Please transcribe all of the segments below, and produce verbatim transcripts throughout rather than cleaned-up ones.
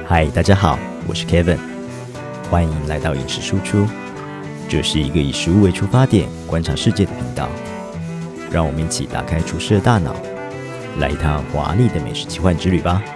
嗨，大家好，我是 Kevin， 欢迎来到饮食输出。这是一个以食物为出发点观察世界的频道，让我们一起打开厨师的大脑，来一趟华丽的美食奇幻之旅吧。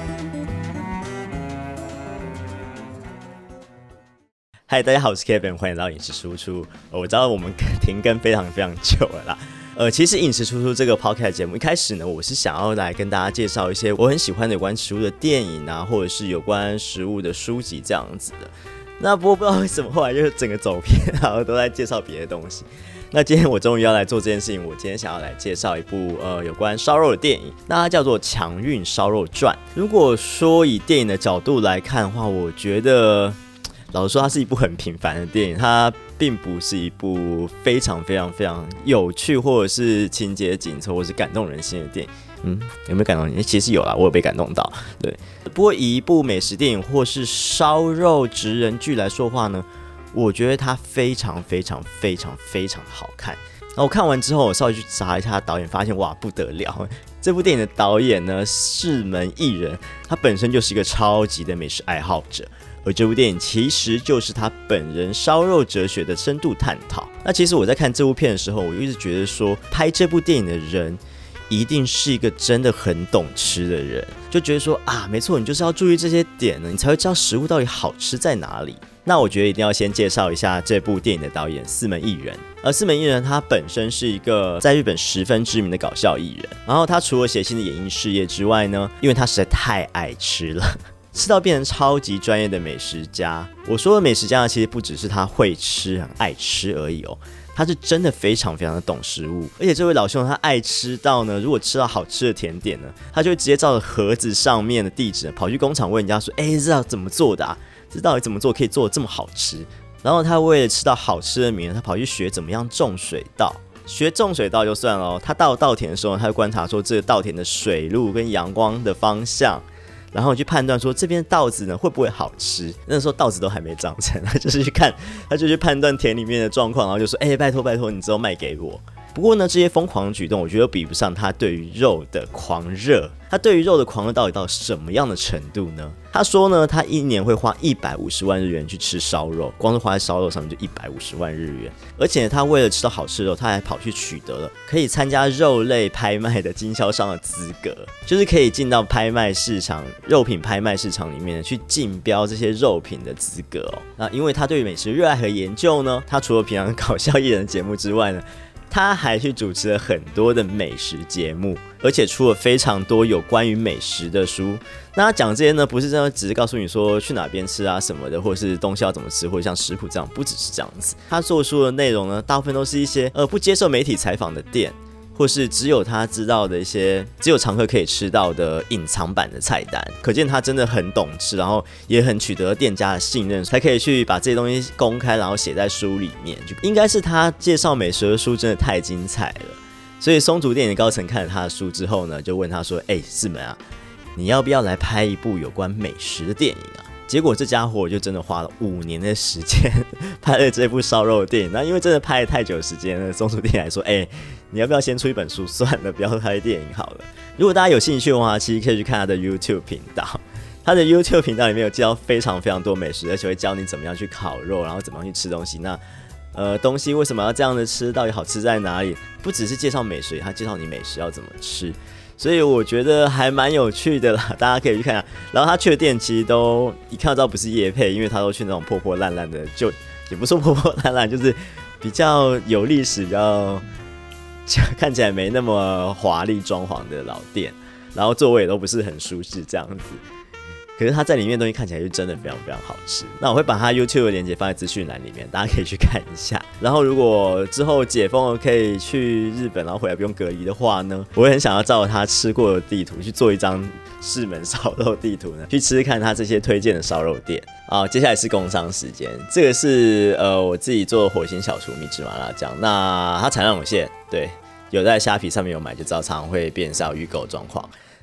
嗨，大家好，我是 Kevin， 欢迎来到饮食输出。我知道我们停更非常非常久了啦。呃，其实饮食输出这个 podcast 节目一开始呢，我是想要来跟大家介绍一些我很喜欢的有关食物的电影啊，或者是有关食物的书籍这样子的。那不过不知道为什么后来就是整个走偏，然后都在介绍别的东西。那今天我终于要来做这件事情，我今天想要来介绍一部呃有关烧肉的电影，那它叫做《强运烧肉传》。如果说以电影的角度来看的话，我觉得老实说，它是一部很平凡的电影，它并不是一部非常非常非常有趣，或者是情节紧凑，或是感动人心的电影。嗯，有没有感动人？其实有啦，我有被感动到。对，不过以一部美食电影或是烧肉职人剧来说话呢，我觉得它非常非常非常非常好看。那我看完之后，我稍微去查一下导演，发现哇不得了！这部电影的导演呢，世门艺人，他本身就是一个超级的美食爱好者。而这部电影其实就是他本人烧肉哲学的深度探讨。那其实我在看这部片的时候，我一直觉得说，拍这部电影的人一定是一个真的很懂吃的人，就觉得说啊，没错，你就是要注意这些点呢，你才会知道食物到底好吃在哪里。那我觉得一定要先介绍一下这部电影的导演四门艺人。而四门艺人他本身是一个在日本十分知名的搞笑艺人，然后他除了写新的演艺事业之外呢，因为他实在太爱吃了。吃到变成超级专业的美食家。我说的美食家呢，其实不只是他会吃、很爱吃而已哦，他是真的非常非常的懂食物。而且这位老兄他爱吃到呢，如果吃到好吃的甜点呢，他就会直接照着盒子上面的地址跑去工厂问人家说：“哎，这道怎么做的啊？这到底怎么做可以做得这么好吃？”然后他为了吃到好吃的米呢，他跑去学怎么样种水稻。学种水稻就算了哦，他到稻田的时候，他会观察说这个稻田的水路跟阳光的方向。然后去判断说这边的稻子呢会不会好吃。那时候稻子都还没长成，他就是去看，他就去判断田里面的状况，然后就说：“哎、欸，拜托拜托，你之后卖给我。”不过呢，这些疯狂的举动，我觉得比不上他对于肉的狂热。他对于肉的狂热到底到什么样的程度呢？他说呢，他一年会花一百五十万日元去吃烧肉，光是花在烧肉上面就一百五十万日元。而且他为了吃到好吃的肉，他还跑去取得了可以参加肉类拍卖的经销商的资格，就是可以进到拍卖市场、肉品拍卖市场里面去竞标这些肉品的资格哦。那因为他对美食热爱和研究呢，他除了平常搞笑艺人的节目之外呢，他还去主持了很多的美食节目，而且出了非常多有关于美食的书。那他讲这些呢，不是真的只是告诉你说去哪边吃啊什么的，或者是东西要怎么吃，或者像食谱这样，不只是这样子。他做书的内容呢，大部分都是一些呃不接受媒体采访的店，或是只有他知道的一些只有常客可以吃到的隐藏版的菜单。可见他真的很懂吃，然后也很取得店家的信任，才可以去把这些东西公开，然后写在书里面。就应该是他介绍美食的书真的太精彩了。所以松竹电影高层看了他的书之后呢，就问他说：“哎、欸，四门啊，你要不要来拍一部有关美食的电影啊？”结果这家伙就真的花了五年的时间拍了这部烧肉的电影。那因为真的拍了太久的时间了，松竹电影来说：“哎、欸，你要不要先出一本书算了，不要拍电影好了。”如果大家有兴趣的话，其实可以去看他的 YouTube 频道。他的 YouTube 频道里面有介绍非常非常多美食，而且会教你怎么样去烤肉，然后怎么样去吃东西。那呃，东西为什么要这样的吃？到底好吃在哪里？不只是介绍美食，他介绍你美食要怎么吃，所以我觉得还蛮有趣的啦，大家可以去看看。然后他去的店其实都一看到知道不是业配，因为他都去那种破破烂烂的，就也不是破破烂烂，就是比较有历史、比较看起来没那么华丽装潢的老店，然后座位也都不是很舒适这样子。可是他在里面的东西看起来就真的非常非常好吃。那我会把他 YouTube 的链接放在资讯栏里面，大家可以去看一下。然后如果之后解封了可以去日本，然后回来不用隔离的话呢，我会很想要照他吃过的地图去做一张世门烧肉地图呢，去吃吃看他这些推荐的烧肉店。啊，接下来是工商时间，这个是呃我自己做的火星小厨秘制麻辣酱，那它产量有限，对，有在虾皮上面有买就知道，常常会变少预购状况。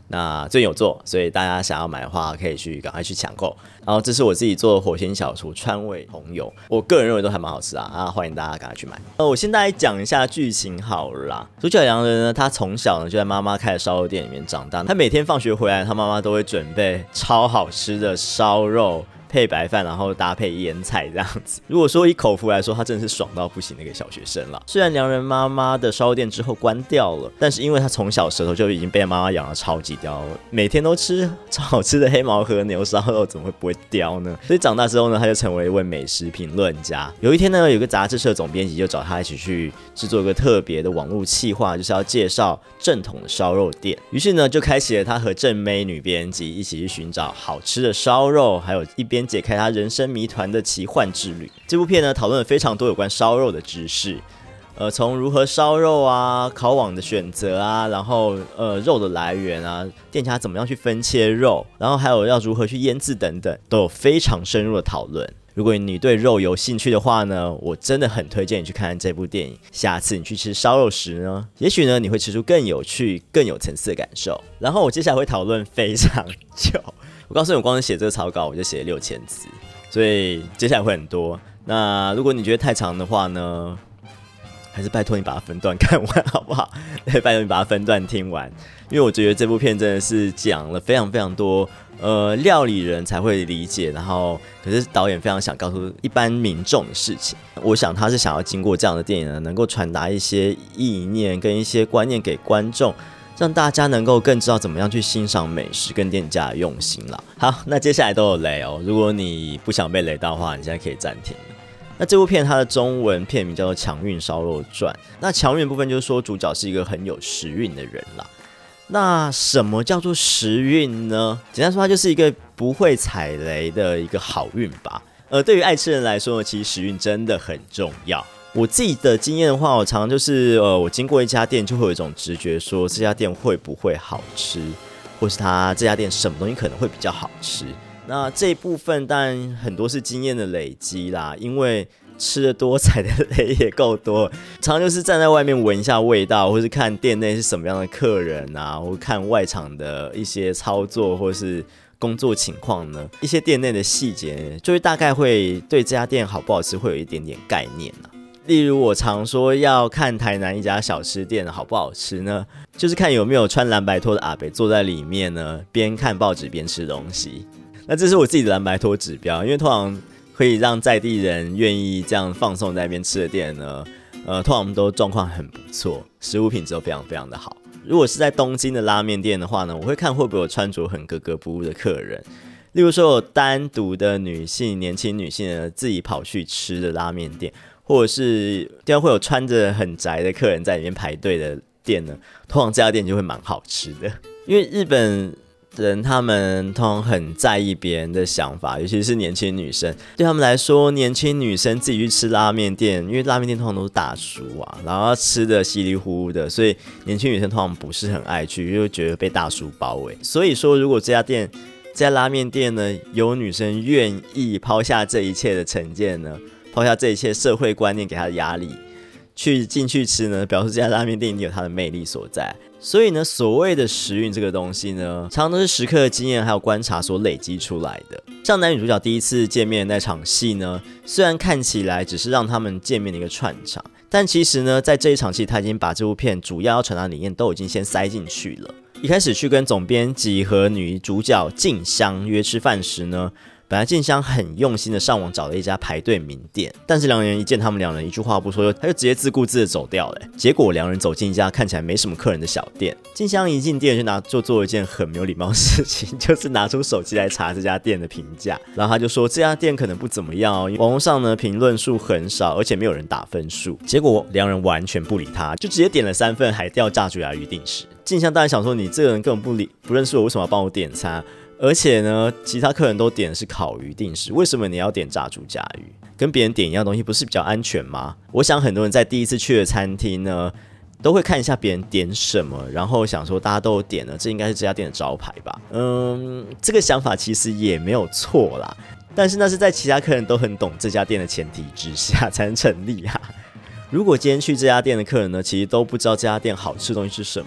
那最近有做，所以大家想要买的话可以去赶快去抢购。然后这是我自己做的火星小厨川味红油，我个人认为都还蛮好吃啊，啊欢迎大家赶快去买。呃，我先大概讲一下剧情好了啦。主角良人呢，他从小呢就在妈妈开的烧肉店里面长大，他每天放学回来，他妈妈都会准备超好吃的烧肉。配白饭，然后搭配腌菜这样子。如果说以口福来说，他真的是爽到不行的一个小学生了。虽然良人妈妈的烧肉店之后关掉了，但是因为他从小舌头就已经被妈妈养得超级刁，每天都吃超好吃的黑毛和牛烧肉，怎么会不会刁呢？所以长大之后呢，他就成为一位美食评论家。有一天呢，有个杂志社总编辑就找他一起去制作一个特别的网络企划，就是要介绍正统的烧肉店。于是呢，就开启了他和正妹女编辑一起去寻找好吃的烧肉，还有一边解开他人生谜团的奇幻之旅。这部片呢，讨论了非常多有关烧肉的知识，呃，从如何烧肉啊、烤网的选择啊，然后呃肉的来源啊，店家怎么样去分切肉，然后还有要如何去腌制等等，都有非常深入的讨论。如果你对肉有兴趣的话呢，我真的很推荐你去看看这部电影。下次你去吃烧肉时呢，也许呢你会吃出更有趣、更有层次的感受。然后我接下来会讨论非常久。我告诉你，我光是写这个草稿我就写了六千字，所以接下来会很多。那如果你觉得太长的话呢，还是拜托你把它分段看完好不好？对，拜托你把它分段听完，因为我觉得这部片真的是讲了非常非常多，呃，料理人才会理解，然后可是导演非常想告诉一般民众的事情。我想他是想要经过这样的电影呢，能够传达一些意念跟一些观念给观众。让大家能够更知道怎么样去欣赏美食跟店家的用心啦。好，那接下来都有雷哦，如果你不想被雷到的话，你现在可以暂停。那这部片它的中文片名叫做《强运烧肉传》，那强运部分就是说主角是一个很有时运的人啦。那什么叫做时运呢？简单说，它就是一个不会踩雷的一个好运吧。呃，对于爱吃人来说，其实时运真的很重要。我自己的经验的话，我常常就是呃，我经过一家店就会有一种直觉，说这家店会不会好吃，或是它这家店什么东西可能会比较好吃。那这一部分当然很多是经验的累积啦，因为吃的多踩的雷也够多，常常就是站在外面闻一下味道，或是看店内是什么样的客人啊，或看外场的一些操作，或是工作情况呢，一些店内的细节，就会大概会对这家店好不好吃会有一点点概念啊。例如我常说要看台南一家小吃店好不好吃呢，就是看有没有穿蓝白拖的阿伯坐在里面呢，边看报纸边吃东西。那这是我自己的蓝白拖指标，因为通常可以让在地人愿意这样放松在那边吃的店呢，呃，通常都状况很不错，食物品质都非常非常的好。如果是在东京的拉面店的话呢，我会看会不会有穿着很格格不入的客人。例如说有单独的女性年轻女性呢自己跑去吃的拉面店，或者是店会有穿着很宅的客人在里面排队的店呢，通常这家店就会蛮好吃的。因为日本人他们通常很在意别人的想法，尤其是年轻女生，对他们来说，年轻女生自己去吃拉面店，因为拉面店通常都是大叔啊，然后吃的稀里糊涂的，所以年轻女生通常不是很爱去，因为觉得被大叔包围。所以说，如果这家店这家拉面店呢，有女生愿意抛下这一切的成见呢，抛下这一切社会观念给她的压力，去进去吃呢，表示这家拉面店一定有它的魅力所在。所以呢，所谓的时运这个东西呢，常常都是时刻的经验还有观察所累积出来的。像男女主角第一次见面的那场戏呢，虽然看起来只是让他们见面的一个串场，但其实呢，在这一场戏，他已经把这部片主要要传达的理念都已经先塞进去了。一开始去跟总编辑和女主角静香约吃饭时呢，本来静香很用心的上网找了一家排队名店，但是两人一见他们两人一句话不说，他就直接自顾自的走掉了。结果两人走进一家看起来没什么客人的小店，静香一进店就拿就做了一件很没有礼貌的事情，就是拿出手机来查这家店的评价，然后他就说这家店可能不怎么样哦，网络上呢评论数很少，而且没有人打分数。结果两人完全不理他，就直接点了三份海钓炸猪牙鱼定食。静香当然想说，你这个人根本不理不认识我，为什么要帮我点餐？而且呢，其他客人都点的是烤鱼定食，为什么你要点炸猪甲鱼？跟别人点一样东西，不是比较安全吗？我想很多人在第一次去的餐厅呢，都会看一下别人点什么，然后想说大家都有点了，这应该是这家店的招牌吧？嗯，这个想法其实也没有错啦，但是那是在其他客人都很懂这家店的前提之下才能成立啊。如果今天去这家店的客人呢，其实都不知道这家店好吃的东西是什么，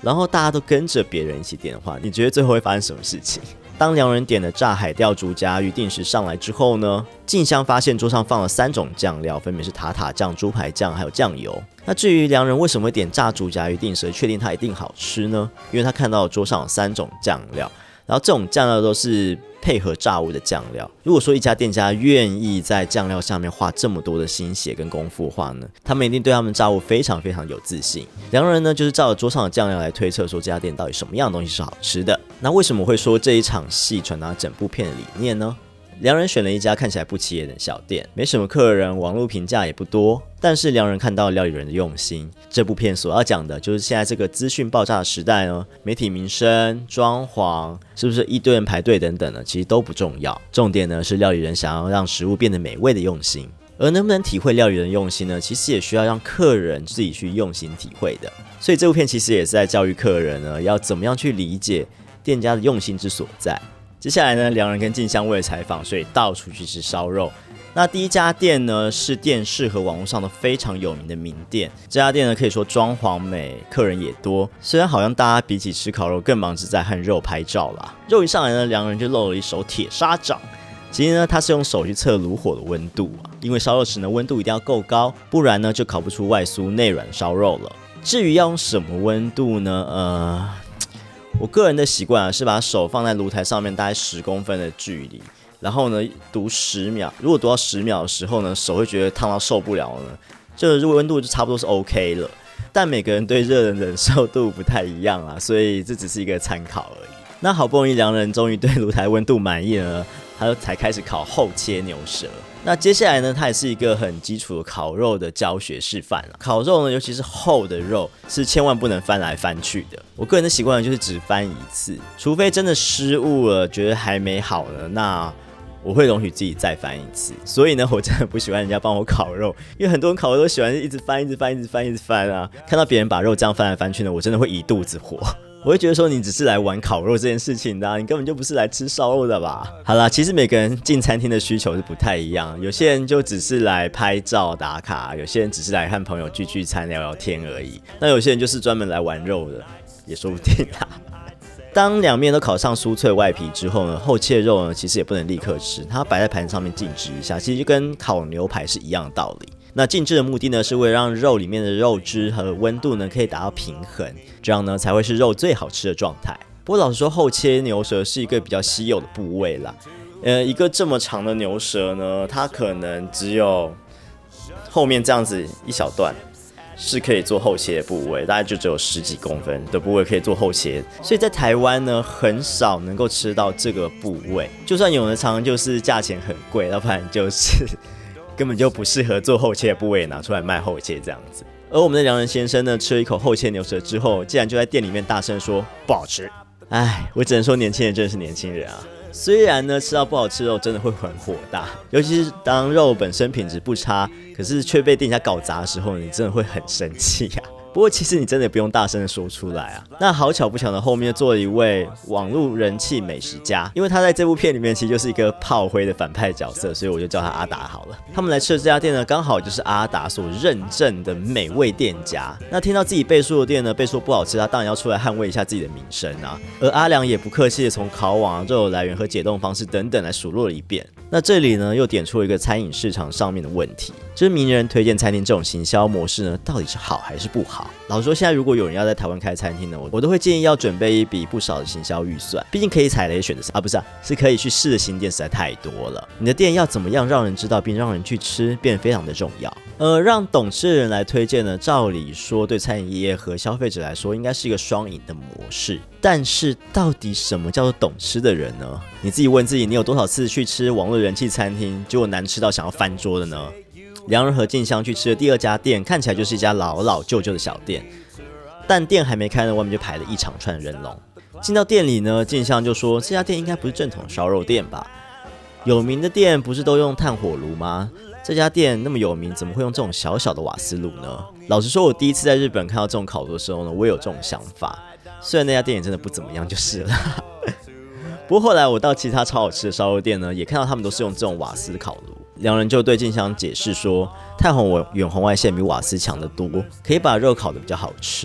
然后大家都跟着别人一起点的话，你觉得最后会发生什么事情？当两人点的炸海钓竹夹鱼定时上来之后呢，静香发现桌上放了三种酱料，分别是塔塔酱、猪排酱还有酱油。那至于两人为什么会点炸竹夹鱼定时，确定它一定好吃呢？因为他看到桌上有三种酱料，然后这种酱料都是配合炸物的酱料。如果说一家店家愿意在酱料上面花这么多的心血跟功夫的话呢，他们一定对他们炸物非常非常有自信。两人呢就是照着桌上的酱料来推测说这家店到底什么样的东西是好吃的。那为什么会说这一场戏传达整部片的理念呢？两人选了一家看起来不起眼的小店，没什么客人，网络评价也不多，但是两人看到料理人的用心。这部片所要讲的就是现在这个资讯爆炸的时代呢，媒体名声、装潢，是不是一堆人排队等等呢，其实都不重要，重点呢是料理人想要让食物变得美味的用心。而能不能体会料理人用心呢，其实也需要让客人自己去用心体会的。所以这部片其实也是在教育客人呢，要怎么样去理解店家的用心之所在。接下来呢，两人跟静香为了采访，所以到处去吃烧肉。那第一家店呢，是电视和网络上都非常有名的名店。这家店呢，可以说装潢美，客人也多。虽然好像大家比起吃烤肉更忙是在和肉拍照啦。肉一上来呢，两人就露了一手铁砂掌。其实呢，他是用手去测炉火的温度啊，因为烧肉时呢，温度一定要够高，不然呢就烤不出外酥内软的烧肉了。至于要用什么温度呢？呃。我个人的习惯啊，是把手放在炉台上面大概十公分的距离，然后呢读十秒。如果读到十秒的时候呢，手会觉得烫到受不了了呢，这个温度就差不多是 OK 了。但每个人对热的忍受度不太一样啊，所以这只是一个参考而已。那好不容易两人终于对炉台温度满意了，他就才开始烤厚切牛舌。那接下来呢，它也是一个很基础的烤肉的教学示范了。烤肉呢，尤其是厚的肉，是千万不能翻来翻去的。我个人的习惯就是只翻一次，除非真的失误了，觉得还没好呢，那我会容许自己再翻一次。所以呢，我真的不喜欢人家帮我烤肉，因为很多人烤肉都喜欢一直翻、一直翻、一直翻、一直翻啊。看到别人把肉这样翻来翻去呢，我真的会一肚子火。我会觉得说你只是来玩烤肉这件事情的、啊，你根本就不是来吃烧肉的吧？好啦，其实每个人进餐厅的需求是不太一样，有些人就只是来拍照打卡，有些人只是来和朋友聚聚餐聊聊天而已，那有些人就是专门来玩肉的，也说不定啦。当两面都烤上酥脆外皮之后呢，厚切肉呢其实也不能立刻吃，它摆在盘子上面静置一下，其实就跟烤牛排是一样的道理。那静置的目的呢，是为了让肉里面的肉汁和温度呢可以达到平衡，这样呢才会是肉最好吃的状态。不过老实说，厚切牛舌是一个比较稀有的部位啦。呃，一个这么长的牛舌呢，它可能只有后面这样子一小段是可以做厚切的部位，大概就只有十几公分的部位可以做厚切，所以在台湾呢很少能够吃到这个部位。就算有的常常就是价钱很贵，要不然就是根本就不适合做厚切的部位拿出来卖厚切这样子。而我们的良人先生呢，吃了一口厚切牛舌之后，竟然就在店里面大声说不好吃。哎，我只能说年轻人真的是年轻人啊。虽然呢吃到不好吃的肉真的会很火大，尤其是当肉本身品质不差，可是却被店家搞砸的时候，你真的会很生气啊。不过其实你真的不用大声的说出来啊。那好巧不巧的，后面做了一位网络人气美食家，因为他在这部片里面其实就是一个炮灰的反派角色，所以我就叫他阿达好了。他们来吃的这家店呢，刚好就是阿达所认证的美味店家。那听到自己被说的店呢被说不好吃，他当然要出来捍卫一下自己的名声啊。而阿良也不客气的从烤网、肉来源和解冻方式等等来数落了一遍。那这里呢又点出了一个餐饮市场上面的问题，就是名人推荐餐厅这种行销模式呢，到底是好还是不好？老实说，现在如果有人要在台湾开餐厅呢，我都会建议要准备一笔不少的行销预算，毕竟可以踩雷选择啊，不是啊，是可以去试的新店实在太多了。你的店要怎么样让人知道并让人去吃，变得非常的重要。呃，让懂吃的人来推荐呢，照理说对餐饮业和消费者来说应该是一个双赢的模式。但是到底什么叫做懂吃的人呢？你自己问自己，你有多少次去吃网络人气餐厅，结果难吃到想要翻桌的呢？良人和静香去吃的第二家店，看起来就是一家老老旧旧的小店，但店还没开呢，外面就排了一长串人龙。进到店里呢，静香就说这家店应该不是正统烧肉店吧？有名的店不是都用炭火炉吗？这家店那么有名，怎么会用这种小小的瓦斯炉呢？老实说，我第一次在日本看到这种烤炉的时候呢，我也有这种想法。虽然那家店也真的不怎么样，就是了。不过后来我到其他超好吃的烧肉店呢，也看到他们都是用这种瓦斯烤炉。两人就对静香解释说，炭火远红外线比瓦斯强得多，可以把肉烤得比较好吃。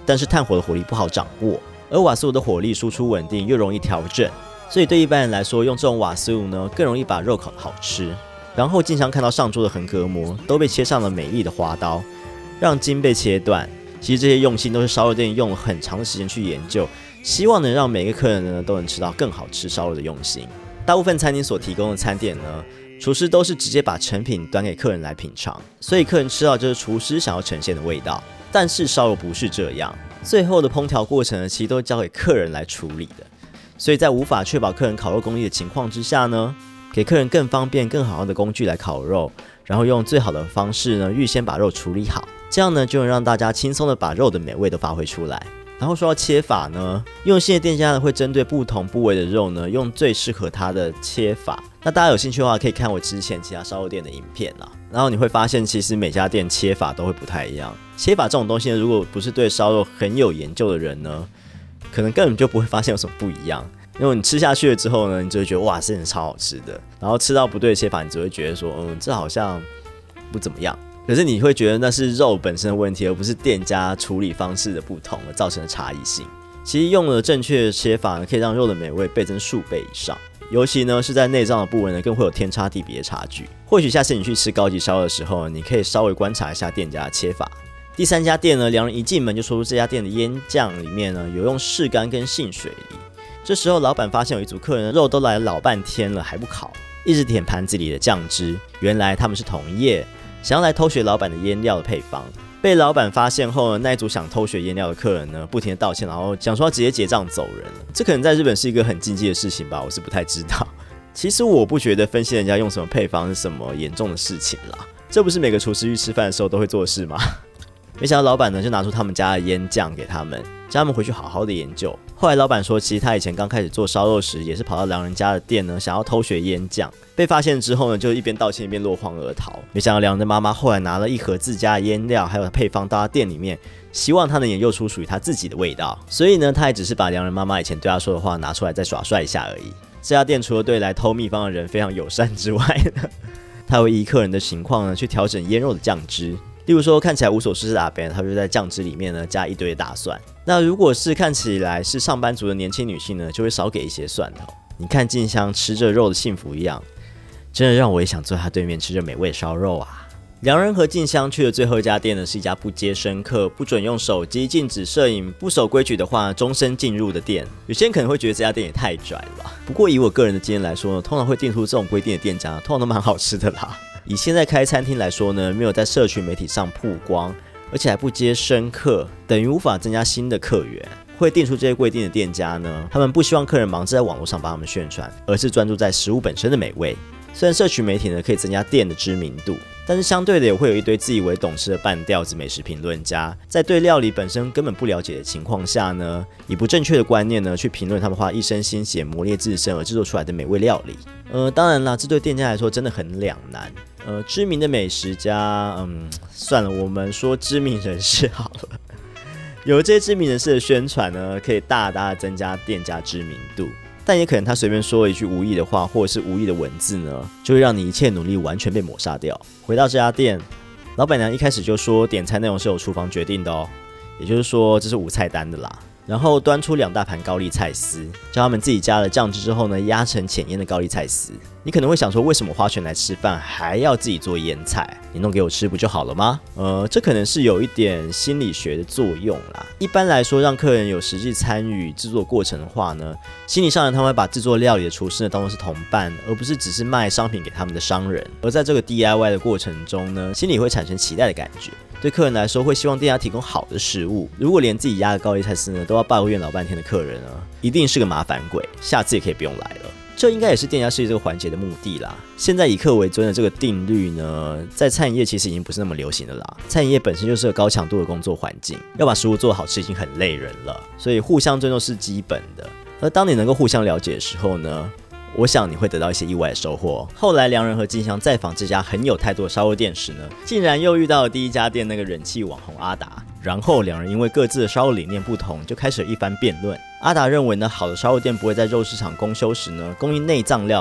但是炭火的火力不好掌握，而瓦斯炉的火力输出稳定又容易调整，所以对一般人来说，用这种瓦斯炉呢更容易把肉烤得好吃。然后静香看到上桌的横膈膜都被切上了美丽的花刀，让筋被切断。其实这些用心都是烧肉店用了很长的时间去研究，希望能让每个客人呢都能吃到更好吃烧肉的用心。大部分餐厅所提供的餐点呢，厨师都是直接把成品端给客人来品尝，所以客人吃到就是厨师想要呈现的味道。但是烧肉不是这样，最后的烹调过程呢，其实都交给客人来处理的。所以在无法确保客人烤肉功力的情况之下呢，给客人更方便、更好用的工具来烤肉，然后用最好的方式呢，预先把肉处理好，这样呢就能让大家轻松的把肉的美味都发挥出来。然后说到切法呢，用心的店家呢会针对不同部位的肉呢，用最适合它的切法。那大家有兴趣的话，可以看我之前其他烧肉店的影片啦。然后你会发现，其实每家店切法都会不太一样。切法这种东西呢，如果不是对烧肉很有研究的人呢，可能根本就不会发现有什么不一样。因为你吃下去了之后呢，你就会觉得哇，真的超好吃的。然后吃到不对的切法，你只会觉得说，嗯，这好像不怎么样。可是你会觉得那是肉本身的问题，而不是店家处理方式的不同而造成的差异性。其实用了正确的切法呢，可以让肉的美味倍增数倍以上。尤其呢是在内脏的部位呢，更会有天差地别的差距。或许下次你去吃高级烧的时候，你可以稍微观察一下店家的切法。第三家店呢，两人一进门就说出这家店的腌酱里面呢有用柿干跟杏水梨。这时候老板发现有一组客人肉都来了老半天了还不烤，一直舔盘子里的酱汁。原来他们是同业，想要来偷学老板的腌料的配方。被老板发现后呢，那一组想偷学腌料的客人呢，不停的道歉，然后讲说要直接结账走人了。这可能在日本是一个很禁忌的事情吧，我是不太知道。其实我不觉得分析人家用什么配方是什么严重的事情啦，这不是每个厨师去吃饭的时候都会做的事吗？没想到老板呢就拿出他们家的腌酱给他们，叫他们回去好好的研究。后来老板说，其实他以前刚开始做烧肉时，也是跑到良人家的店呢，想要偷学腌酱。被发现之后呢，就一边道歉一边落荒而逃。没想到良人的妈妈后来拿了一盒自家的腌料还有配方到他店里面，希望他能研究出属于他自己的味道。所以呢，他也只是把良人妈妈以前对他说的话拿出来再耍帅一下而已。这家店除了对来偷秘方的人非常友善之外呢，他会依客人的情况呢去调整腌肉的酱汁。例如说看起来无所事事的阿伯，他就在酱汁里面呢加一堆的大蒜。那如果是看起来是上班族的年轻女性呢，就会少给一些蒜头。你看静香吃着肉的幸福一样，真的让我也想坐她对面吃着美味的烧肉啊。良人和静香去的最后一家店呢，是一家不接生客、不准用手机、禁止摄影、不守规矩的话终身进入的店。有些人可能会觉得这家店也太拽了吧。不过以我个人的经验来说呢，通常会定出这种规定的店家，通常都蛮好吃的啦。以现在开餐厅来说呢，没有在社群媒体上曝光，而且还不接生客，等于无法增加新的客源。会定出这些规定的店家呢，他们不希望客人忙着在网络上帮他们宣传，而是专注在食物本身的美味。虽然社群媒体呢可以增加店的知名度，但是相对的也会有一堆自以为懂事的半吊子美食评论家，在对料理本身根本不了解的情况下呢，以不正确的观念呢去评论他们花一身心血磨练自身而制作出来的美味料理。呃，当然啦，这对店家来说真的很两难。呃，知名的美食家，嗯，算了，我们说知名人士好了。有这些知名人士的宣传呢，可以大大的增加店家知名度。但也可能他随便说一句无意的话，或者是无意的文字呢，就会让你一切努力完全被抹杀掉。回到这家店，老板娘一开始就说点餐内容是由厨房决定的哦，也就是说这是无菜单的啦。然后端出两大盘高丽菜丝，叫他们自己加了酱汁之后呢，压成浅腌的高丽菜丝。你可能会想说，为什么花钱来吃饭还要自己做腌菜？你弄给我吃不就好了吗？呃，这可能是有一点心理学的作用啦。一般来说，让客人有实际参与制作过程的话呢，心理上呢，他们会把制作料理的厨师呢当作是同伴，而不是只是卖商品给他们的商人。而在这个 D I Y 的过程中呢，心里会产生期待的感觉。对客人来说，会希望店家提供好的食物。如果连自己压的高丽菜丝呢都要抱怨老半天的客人呢，一定是个麻烦鬼，下次也可以不用来了。这应该也是店家设计这个环节的目的啦。现在以客为尊的这个定律呢，在餐饮业其实已经不是那么流行的啦。餐饮业本身就是个高强度的工作环境，要把食物做好吃已经很累人了，所以互相尊重是基本的。而当你能够互相了解的时候呢，我想你会得到一些意外的收获。后来良人和静香在访这家很有态度的烧肉店时呢，竟然又遇到了第一家店那个人气网红阿达。然后两人因为各自的烧肉理念不同，就开始了一番辩论。阿达认为呢，好的烧肉店不会在肉市场公休时呢供应内脏料理，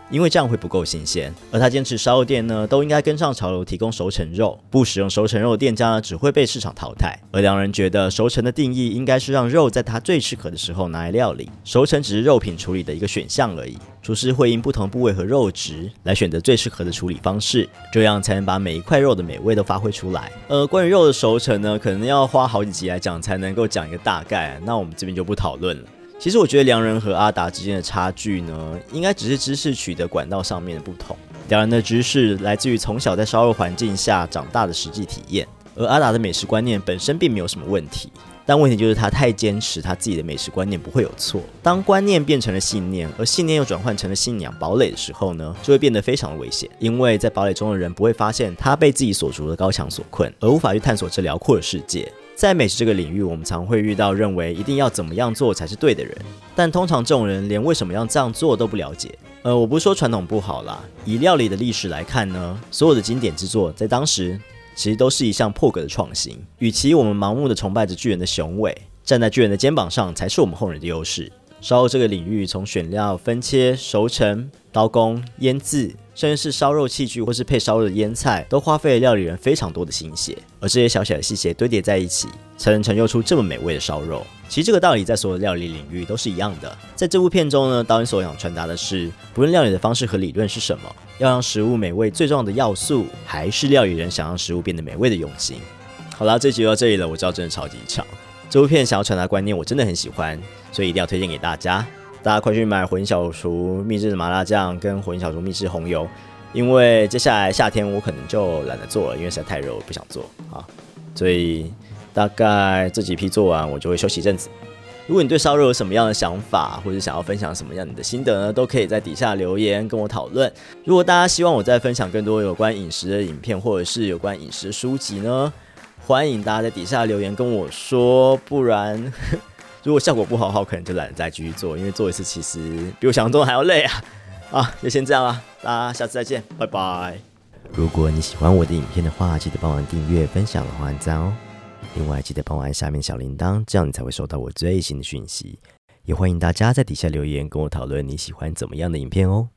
因为这样会不够新鲜。而他坚持烧肉店呢都应该跟上潮流，提供熟成肉，不使用熟成肉的店家呢只会被市场淘汰。而两人觉得熟成的定义应该是让肉在它最适合的时候拿来料理，熟成只是肉品处理的一个选项而已。厨师会因不同部位和肉质来选择最适合的处理方式，这样才能把每一块肉的美味都发挥出来。呃，关于肉的熟成呢，可能要花好几集来讲才能够讲一个大概，那我们这边就不讨论了。其实我觉得良人和阿达之间的差距呢，应该只是知识取得管道上面的不同。良人的知识来自于从小在烧肉环境下长大的实际体验，而阿达的美食观念本身并没有什么问题，但问题就是他太坚持他自己的美食观念不会有错。当观念变成了信念，而信念又转换成了信仰堡垒的时候呢，就会变得非常的危险。因为在堡垒中的人不会发现他被自己所筑的高墙所困，而无法去探索这辽阔的世界。在美食这个领域，我们常会遇到认为一定要怎么样做才是对的人，但通常这种人连为什么要这样做都不了解。呃，我不是说传统不好啦，以料理的历史来看呢，所有的经典之作在当时其实都是一项破格的创新。与其我们盲目的崇拜着巨人的雄伟，站在巨人的肩膀上才是我们后人的优势。烧肉这个领域，从选料、分切、熟成、刀工、腌制，甚至是烧肉器具或是配烧肉的腌菜，都花费了料理人非常多的心血。而这些小小的细节堆叠在一起，才能成就出这么美味的烧肉。其实这个道理在所有的料理领域都是一样的。在这部片中呢，导演所想传达的是，不论料理的方式和理论是什么，要让食物美味最重要的要素，还是料理人想让食物变得美味的用心。好啦，这集就到这里了，我知道真的超级长。这部片想要传达观念，我真的很喜欢，所以一定要推荐给大家。大家快去买火影小厨秘制的麻辣酱跟火影小厨秘制红油，因为接下来夏天我可能就懒得做了，因为实在太热，我不想做啊。所以大概这几批做完，我就会休息一阵子。如果你对烧肉有什么样的想法，或者想要分享什么样的心得呢，都可以在底下留言跟我讨论。如果大家希望我再分享更多有关饮食的影片，或者是有关饮食的书籍呢，欢迎大家在底下留言跟我说，不然如果效果不好的话，我可能就懒得再继续做，因为做一次其实比我想象中的还要累啊！啊，就先这样啦，大家下次再见，拜拜。如果你喜欢我的影片的话，记得帮我订阅、分享和按赞哦。另外，记得帮我按下面小铃铛，这样你才会收到我最新的讯息。也欢迎大家在底下留言跟我讨论你喜欢怎么样的影片哦。